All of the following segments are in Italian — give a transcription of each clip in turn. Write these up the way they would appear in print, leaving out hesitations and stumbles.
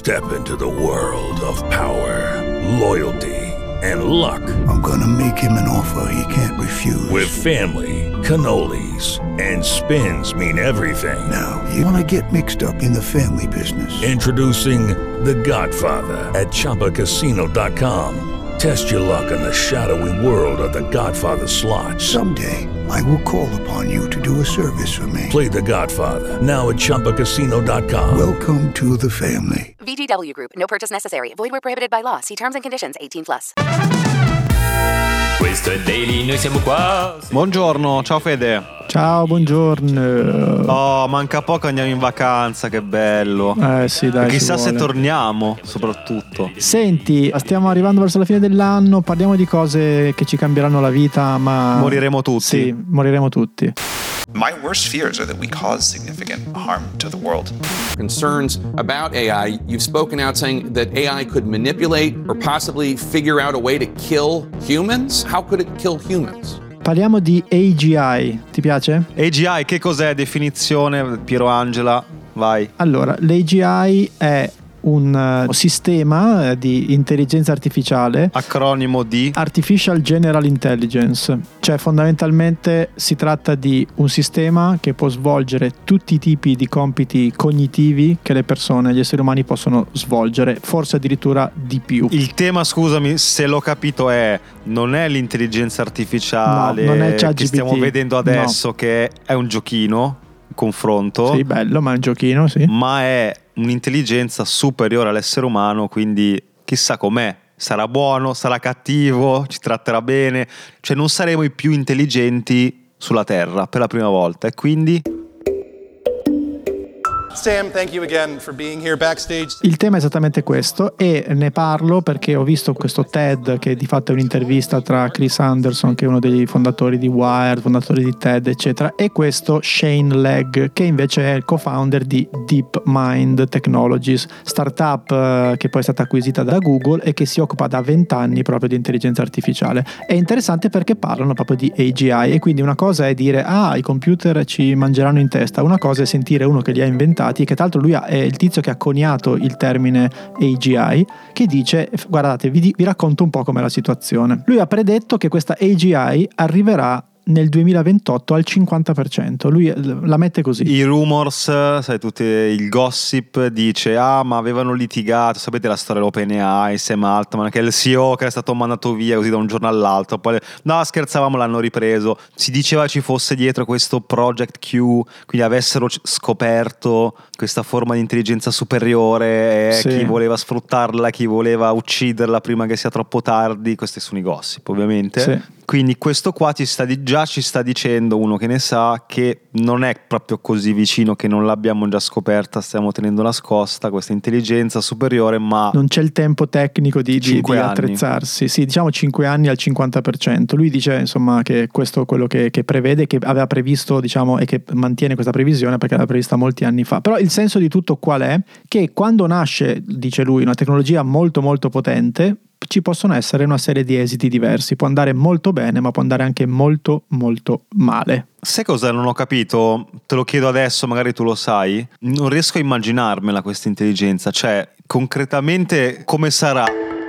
Step into the world of power, loyalty, and luck. I'm gonna make him an offer he can't refuse. With family, cannolis, and spins mean everything. Now, you wanna get mixed up in the family business. Introducing The Godfather at ChumbaCasino.com. Test your luck in the shadowy world of The Godfather slot. Someday, I will call upon you to do a service for me. Play The Godfather, now at ChumbaCasino.com. Welcome to the family. VGW Group. No purchase necessary. Void where prohibited by law. See terms and conditions. 18+. Questo è Daily, noi siamo qua. Buongiorno, ciao Fede. Ciao, buongiorno. Oh, manca poco, andiamo in vacanza, che bello. Sì, dai. Chissà se torniamo, soprattutto. Senti, stiamo arrivando verso la fine dell'anno, parliamo di cose che ci cambieranno la vita, ma moriremo tutti. Sì, moriremo tutti. My worst fears are that we cause significant harm to the world. Concerns about AI. You've spoken out saying that AI could manipulate or possibly figure out a way to kill humans. How could it kill humans? Parliamo di AGI, ti piace? AGI, che cos'è? Definizione, Piero Angela, vai. Allora, l'AGI è un sistema di intelligenza artificiale, acronimo di Artificial General Intelligence, cioè fondamentalmente si tratta di un sistema che può svolgere tutti i tipi di compiti cognitivi che le persone, gli esseri umani possono svolgere, forse addirittura di più. Il tema, scusami, se l'ho capito, non è l'intelligenza artificiale, no, non è che stiamo vedendo adesso, no, che è un giochino, confronto. Sì, bello, ma è un giochino, sì. Ma è un'intelligenza superiore all'essere umano, quindi chissà com'è. Sarà buono, sarà cattivo, ci tratterà bene. Cioè non saremo i più intelligenti sulla Terra per la prima volta. E quindi... Sam, thank you again for being here backstage. Il tema è esattamente questo e ne parlo perché ho visto questo TED, che di fatto è un'intervista tra Chris Anderson, che è uno dei fondatori di Wired, fondatori di TED, eccetera, e questo Shane Legg, che invece è il co-founder di DeepMind Technologies, startup che poi è stata acquisita da Google e che si occupa da 20 anni proprio di intelligenza artificiale. È interessante perché parlano proprio di AGI, e quindi una cosa è dire i computer ci mangeranno in testa, una cosa è sentire uno che li ha inventati, che tra l'altro lui è il tizio che ha coniato il termine AGI, che dice: guardate, vi racconto un po' com'è la situazione. Lui ha predetto che questa AGI arriverà nel 2028 al 50%. Lui la mette così. I rumors, sai, tutti il gossip dice: ma avevano litigato, sapete la storia dell'OpenAI, Sam Altman, che è il CEO che è stato mandato via così da un giorno all'altro, poi no, scherzavamo, l'hanno ripreso. Si diceva ci fosse dietro questo Project Q, quindi avessero scoperto questa forma di intelligenza superiore, sì, chi voleva sfruttarla, chi voleva ucciderla prima che sia troppo tardi. Questi sono i gossip, ovviamente. Sì. Quindi questo qua ci sta dicendo, uno che ne sa, che non è proprio così vicino, che non l'abbiamo già scoperta, stiamo tenendo nascosta questa intelligenza superiore, ma non c'è il tempo tecnico di attrezzarsi. Sì, diciamo 5 anni al 50%. Lui dice insomma che questo è quello che prevede, che aveva previsto, diciamo, e che mantiene questa previsione perché l'aveva prevista molti anni fa. Però il senso di tutto qual è? Che quando nasce, dice lui, una tecnologia molto molto potente, ci possono essere una serie di esiti diversi. Può andare molto bene, ma può andare anche molto molto male. Sai cosa non ho capito? Te lo chiedo adesso, magari tu lo sai. Non riesco a immaginarmela questa intelligenza, cioè concretamente come sarà?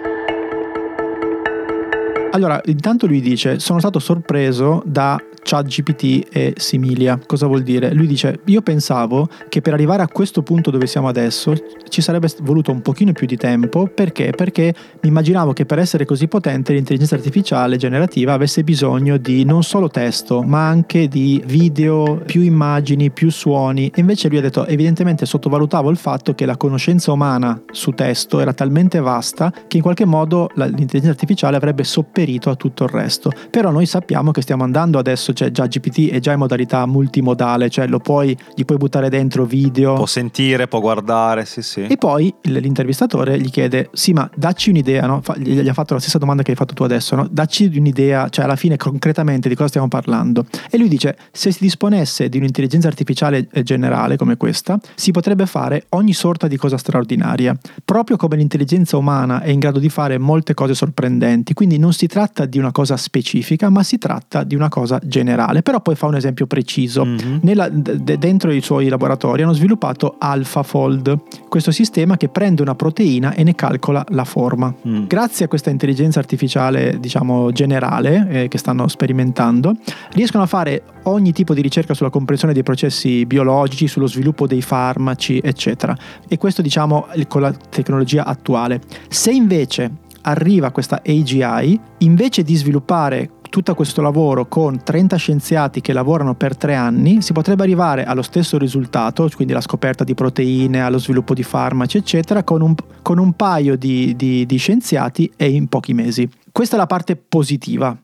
Allora, intanto lui dice: sono stato sorpreso da ChatGPT e Similia. Cosa vuol dire? Lui dice: io pensavo che per arrivare a questo punto dove siamo adesso ci sarebbe voluto un pochino più di tempo. Perché? Perché mi immaginavo che per essere così potente l'intelligenza artificiale generativa avesse bisogno di non solo testo, ma anche di video, più immagini, più suoni. E invece lui ha detto: evidentemente sottovalutavo il fatto che la conoscenza umana su testo era talmente vasta che in qualche modo l'intelligenza artificiale avrebbe sopperito a tutto il resto. Però noi sappiamo che stiamo andando adesso, cioè già GPT è già in modalità multimodale, cioè gli puoi buttare dentro video, può sentire, può guardare, sì. E poi l'intervistatore gli chiede: sì, ma dacci un'idea, no? Gli ha fatto la stessa domanda che hai fatto tu adesso, no? Dacci un'idea, cioè alla fine concretamente di cosa stiamo parlando. E lui dice: se si disponesse di un'intelligenza artificiale generale come questa, si potrebbe fare ogni sorta di cosa straordinaria, proprio come l'intelligenza umana è in grado di fare molte cose sorprendenti. Quindi non si tratta di una cosa specifica, ma si tratta di una cosa generale. Però poi fa un esempio preciso. Dentro i suoi laboratori hanno sviluppato AlphaFold, questo sistema che prende una proteina e ne calcola la forma. Grazie a questa intelligenza artificiale, diciamo, generale, che stanno sperimentando, riescono a fare ogni tipo di ricerca sulla comprensione dei processi biologici, sullo sviluppo dei farmaci, eccetera. E questo, diciamo, con la tecnologia attuale. Se invece arriva questa AGI, invece di sviluppare tutto questo lavoro con 30 scienziati che lavorano per 3 anni, si potrebbe arrivare allo stesso risultato, quindi la scoperta di proteine, allo sviluppo di farmaci, eccetera, con un paio di scienziati e in pochi mesi. Questa è la parte positiva.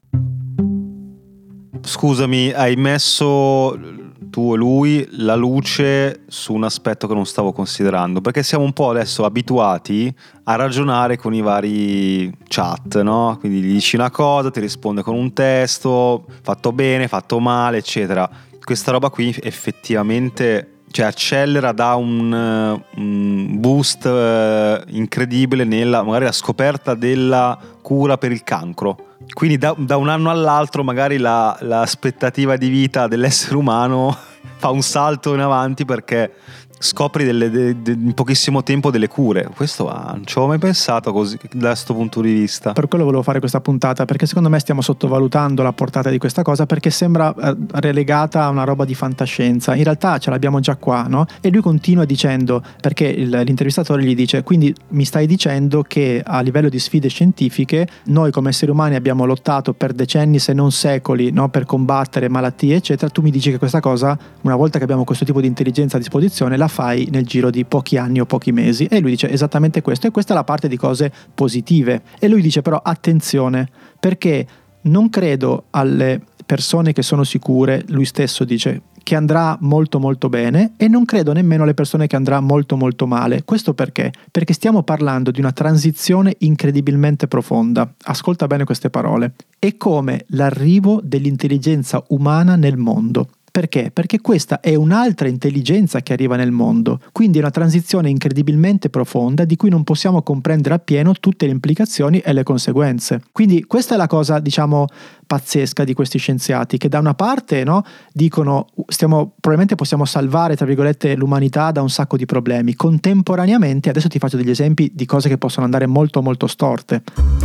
Scusami, hai messo tu e lui la luce su un aspetto che non stavo considerando, perché siamo un po' adesso abituati a ragionare con i vari chat, no? Quindi gli dici una cosa, ti risponde con un testo, fatto bene, fatto male, eccetera. Questa roba qui effettivamente, cioè, accelera, dà un boost incredibile nella magari la scoperta della cura per il cancro. Quindi da un anno all'altro magari l'aspettativa di vita dell'essere umano fa un salto in avanti, perché scopri in pochissimo tempo delle cure. Questo non ci avevo mai pensato così, da questo punto di vista. Per quello volevo fare questa puntata, perché secondo me stiamo sottovalutando la portata di questa cosa, perché sembra relegata a una roba di fantascienza. In realtà ce l'abbiamo già qua, no? E lui continua dicendo, perché l'intervistatore gli dice: quindi mi stai dicendo che a livello di sfide scientifiche noi come esseri umani abbiamo lottato per decenni, se non secoli, no? Per combattere malattie, eccetera. Tu mi dici che questa cosa, una volta che abbiamo questo tipo di intelligenza a disposizione, la fai nel giro di pochi anni o pochi mesi. E lui dice esattamente questo, e questa è la parte di cose positive. E lui dice però attenzione, perché non credo alle persone che sono sicure, lui stesso dice, che andrà molto molto bene, e non credo nemmeno alle persone che andrà molto molto male. Questo perché? Perché stiamo parlando di una transizione incredibilmente profonda. Ascolta bene queste parole. È come l'arrivo dell'intelligenza umana nel mondo. Perché? Perché questa è un'altra intelligenza che arriva nel mondo, quindi è una transizione incredibilmente profonda di cui non possiamo comprendere appieno tutte le implicazioni e le conseguenze. Quindi questa è la cosa, diciamo, pazzesca di questi scienziati, che da una parte, no, dicono probabilmente possiamo salvare, tra virgolette, l'umanità da un sacco di problemi. Contemporaneamente, adesso ti faccio degli esempi di cose che possono andare molto molto storte.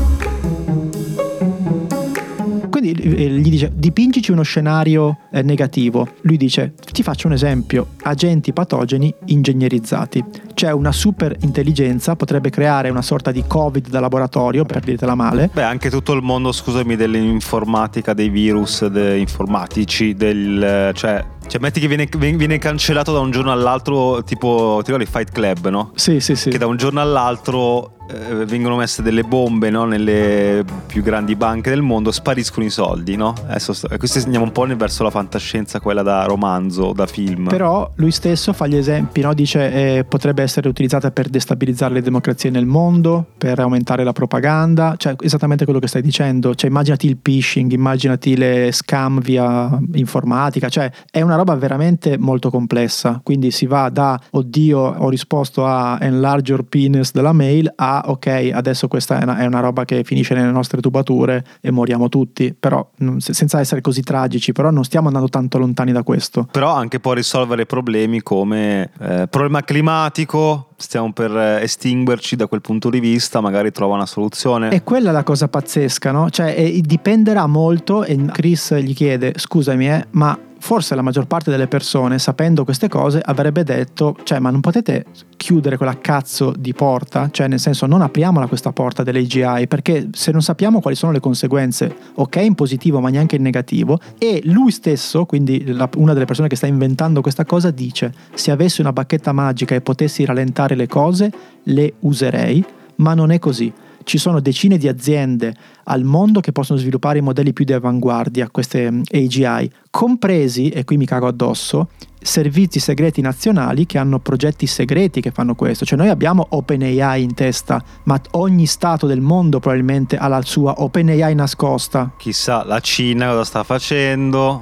Quindi gli dice: dipingici uno scenario negativo. Lui dice: ti faccio un esempio, agenti patogeni ingegnerizzati. Cioè una super intelligenza potrebbe creare una sorta di Covid da laboratorio, per dirtela male. Beh, anche tutto il mondo, scusami, dell'informatica, dei virus informatici, cioè metti che viene cancellato da un giorno all'altro, tipo ti ricordi Fight Club, no? Sì. Che da un giorno all'altro vengono messe delle bombe, no? Nelle più grandi banche del mondo, spariscono i soldi, no? Questo andiamo un po' verso la fantascienza, quella da romanzo, da film. Però lui stesso fa gli esempi, no? Dice potrebbe essere utilizzata per destabilizzare le democrazie nel mondo, per aumentare la propaganda, cioè esattamente quello che stai dicendo. Cioè immaginati il phishing, immaginati le scam via informatica, cioè è una roba veramente molto complessa. Quindi si va da oddio, ho risposto a enlarge your penis della mail a ok, adesso questa è una roba che finisce nelle nostre tubature e moriamo tutti. Però senza essere così tragici, però non stiamo andando tanto lontani da questo. Però anche può risolvere problemi come problema climatico, stiamo per estinguerci, da quel punto di vista magari trova una soluzione. E quella è la cosa pazzesca, no? Cioè dipenderà molto. E Chris gli chiede: scusami, ma forse la maggior parte delle persone, sapendo queste cose, avrebbe detto: cioè, ma non potete chiudere quella cazzo di porta? Cioè, nel senso, non apriamola questa porta dell'AGI, perché se non sappiamo quali sono le conseguenze, ok in positivo ma neanche in negativo. E lui stesso, quindi una delle persone che sta inventando questa cosa, dice: se avessi una bacchetta magica e potessi rallentare le cose, le userei, ma non è così. Ci sono decine di aziende al mondo che possono sviluppare i modelli più di avanguardia, queste AGI, compresi, e qui mi cago addosso, servizi segreti nazionali che hanno progetti segreti che fanno questo. Cioè noi abbiamo OpenAI in testa, ma ogni stato del mondo probabilmente ha la sua OpenAI nascosta. Chissà la Cina cosa sta facendo.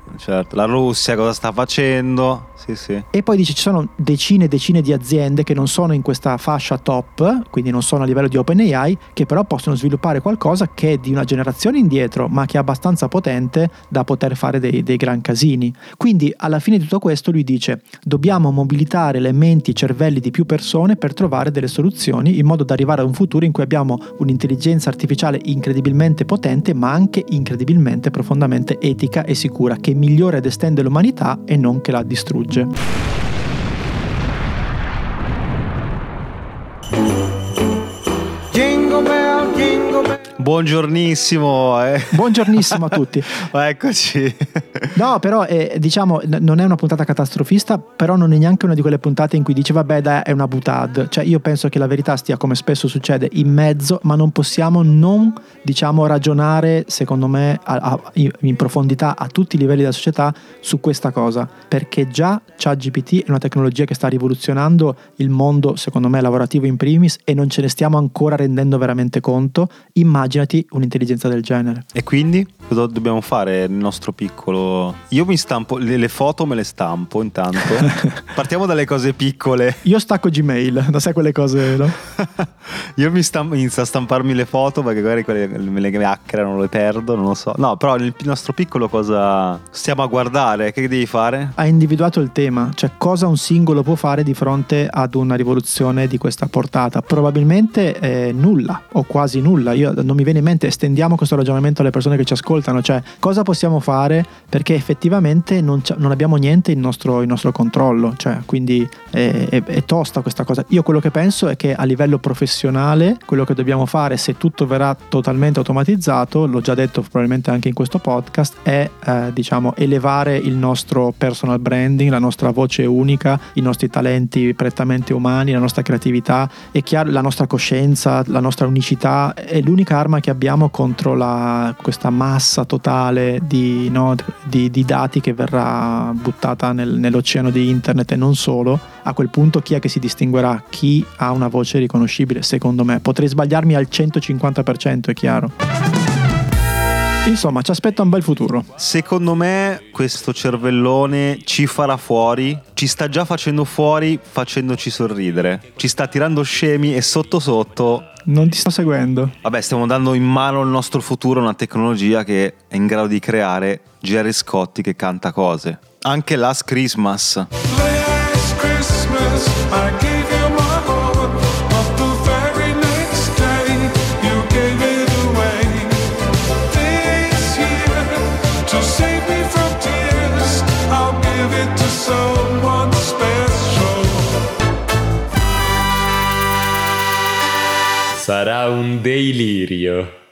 certo. La Russia cosa sta facendo? Sì. E poi dice ci sono decine e decine di aziende che non sono in questa fascia top, quindi non sono a livello di OpenAI, che però possono sviluppare qualcosa che è di una generazione indietro, ma che è abbastanza potente da poter fare dei gran casini. Quindi alla fine di tutto questo lui dice dobbiamo mobilitare le menti e cervelli di più persone per trovare delle soluzioni in modo da arrivare a un futuro in cui abbiamo un'intelligenza artificiale incredibilmente potente, ma anche incredibilmente profondamente etica e sicura, che migliora ed estende l'umanità e non che la distrugge. Buongiornissimo. Buongiornissimo a tutti. Eccoci. No, però diciamo non è una puntata catastrofista, però non è neanche una di quelle puntate in cui dice vabbè dai è una butad. Cioè io penso che la verità stia, come spesso succede, in mezzo, ma non possiamo non ragionare secondo me in profondità a tutti i livelli della società su questa cosa, perché già ChatGPT è una tecnologia che sta rivoluzionando il mondo secondo me lavorativo in primis e non ce ne stiamo ancora rendendo veramente conto. Immaginati un'intelligenza del genere. E quindi cosa dobbiamo fare nel nostro piccolo? Io mi stampo le foto, me le stampo intanto. Partiamo dalle cose piccole. Io stacco Gmail, non sai quelle cose, no? Io inizio a stamparmi le foto perché magari quelle me le hackerano, le perdo, non lo so. No, però nel nostro piccolo cosa stiamo a guardare? Che devi fare? Ha individuato il tema, cioè cosa un singolo può fare di fronte ad una rivoluzione di questa portata. Probabilmente nulla o quasi nulla. Io non mi viene in mente, estendiamo questo ragionamento alle persone che ci ascoltano, cioè cosa possiamo fare perché effettivamente non abbiamo niente in nostro controllo, cioè quindi è tosta questa cosa. Io quello che penso è che a livello professionale quello che dobbiamo fare, se tutto verrà totalmente automatizzato, l'ho già detto probabilmente anche in questo podcast, è diciamo elevare il nostro personal branding, la nostra voce unica, i nostri talenti prettamente umani, la nostra creatività, è chiaro, la nostra coscienza, la nostra unicità è l'unica arma che abbiamo contro questa massa totale di dati che verrà buttata nell'oceano di internet e non solo. A quel punto chi è che si distinguerà? Chi ha una voce riconoscibile? Secondo me potrei sbagliarmi al 150%, è chiaro. Insomma, ci aspetta un bel futuro. Secondo me questo cervellone ci farà fuori, ci sta già facendo fuori facendoci sorridere. Ci sta tirando scemi e sotto sotto... Non ti sto seguendo. Vabbè, stiamo dando in mano il nostro futuro a una tecnologia che è in grado di creare Gerry Scotti che canta cose. Anche Last Christmas. Last Christmas I gave you my heart, but the very next day you gave it away. This year, to save me from tears, I'll give it to someone special. Sarà un delirio.